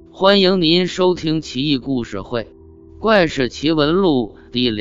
欢迎您收听奇异故事会，怪事奇闻录第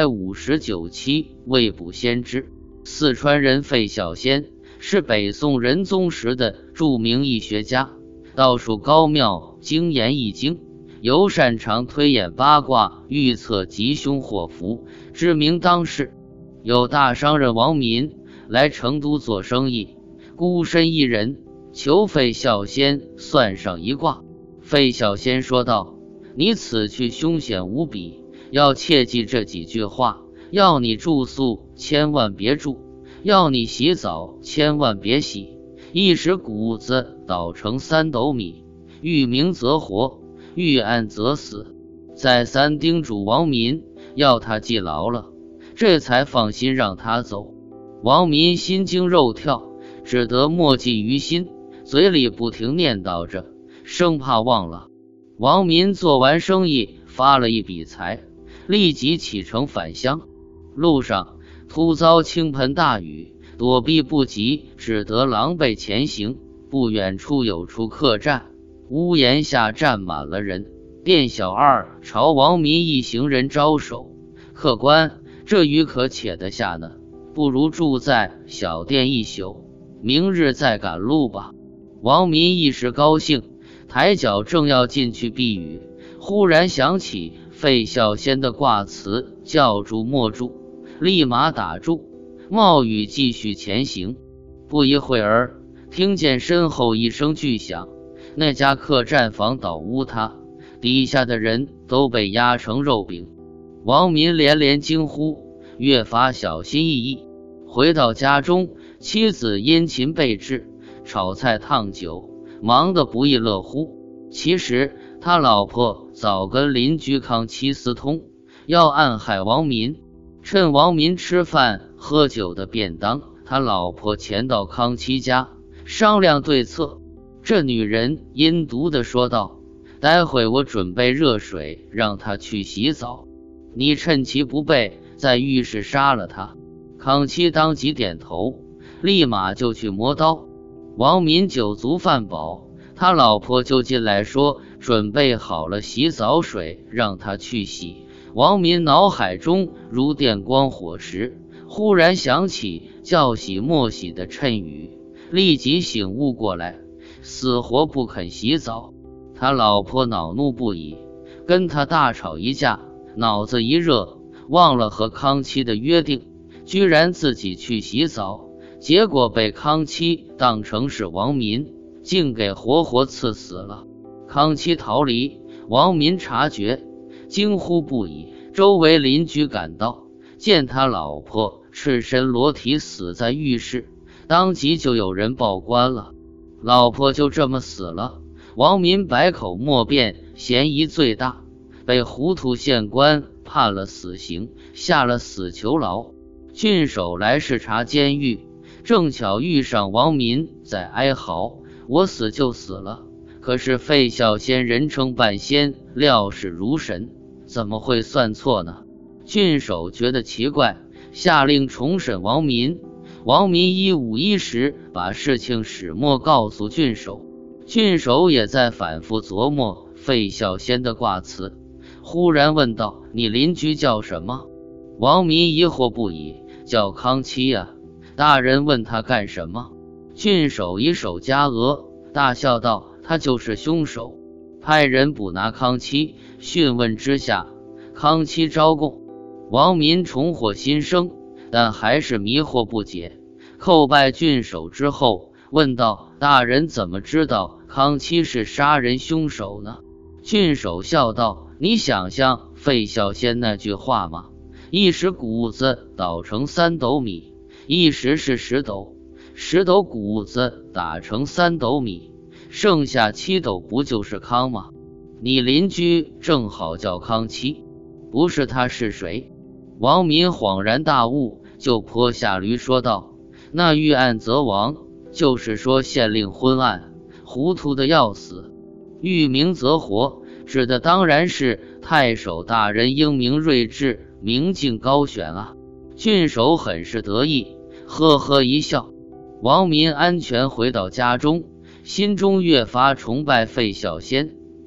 259期。未卜先知。四川人费小仙是北宋仁宗时的著名易学家，道术高妙，精研易经，尤擅长推演八卦，预测吉凶祸福，知名当世。有大商人王民来成都做生意，孤身一人，求费小仙算上一卦。费小仙说道：你此去凶险无比，要切记这几句话，要你住宿千万别住，要你洗澡千万别洗，一时谷子捣成3斗米，遇明则活，遇暗则死。再三叮嘱王民要他记牢了，这才放心让他走。王民心惊肉跳，只得默记于心，嘴里不停念叨着，生怕忘了。王民做完生意，发了一笔财，立即启程返乡。路上突遭倾盆大雨，躲避不及，只得狼狈前行。不远处有处客栈，屋檐下站满了人。店小二朝王民一行人招手：客官，这雨可且得下呢，不如住在小店一宿，明日再赶路吧。王民一时高兴，抬脚正要进去避雨，忽然想起费小仙的卦辞，叫住莫住，立马打住，冒雨继续前行。不一会儿，听见身后一声巨响，那家客栈房倒屋塌，底下的人都被压成肉饼。王民连连惊呼，越发小心翼翼。回到家中，妻子殷勤备至，炒菜烫酒，忙得不亦乐乎。其实他老婆早跟邻居康七私通，要暗害王民。趁王民吃饭喝酒的便当，他老婆前到康七家商量对策。这女人阴毒地说道：待会我准备热水让他去洗澡，你趁其不备，在浴室杀了他。康七当即点头，立马就去磨刀。王民酒足饭饱，他老婆就进来说准备好了洗澡水让他去洗。王民脑海中如电光火石，忽然想起叫洗莫洗的谶语，立即醒悟过来，死活不肯洗澡。他老婆恼怒不已，跟他大吵一架，脑子一热，忘了和康七的约定，居然自己去洗澡，结果被康七当成是王民，竟给活活刺死了。康七逃离，王民察觉，惊呼不已。周围邻居赶到，见他老婆赤身裸体死在浴室，当即就有人报官了。老婆就这么死了，王民百口莫辩，嫌疑最大，被糊涂县官判了死刑，下了死囚牢。郡守来视察监狱，正巧遇上王民在哀嚎：我死就死了，可是费小仙人称半仙，料事如神，怎么会算错呢？郡守觉得奇怪，下令重审王民。王民一五一十把事情始末告诉郡守。郡守也在反复琢磨费小仙的卦辞，忽然问道：你邻居叫什么？王民疑惑不已：叫康七呀。大人问他干什么？郡守以手夹额，大笑道：他就是凶手。派人捕拿康七，讯问之下，康七招供。王民重获新生，但还是迷惑不解，叩拜郡守之后问道：大人怎么知道康七是杀人凶手呢？郡守笑道：你想象费小仙那句话吗？一时谷子捣成3斗米，一时是10斗，10斗谷子打成3斗米，剩下7斗不就是康吗？你邻居正好叫康七，不是他是谁？王民恍然大悟，就坡下驴说道：那遇暗则亡，就是说县令昏暗，糊涂的要死；遇明则活，指的当然是太守大人英明睿智，明镜高悬啊。郡守很是得意，呵呵一笑。王民安全回到家中，心中越发崇拜费小仙。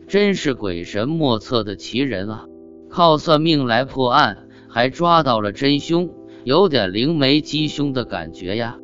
真是鬼神莫测的奇人啊！靠算命来破案，还抓到了真凶，有点灵媒击凶的感觉呀。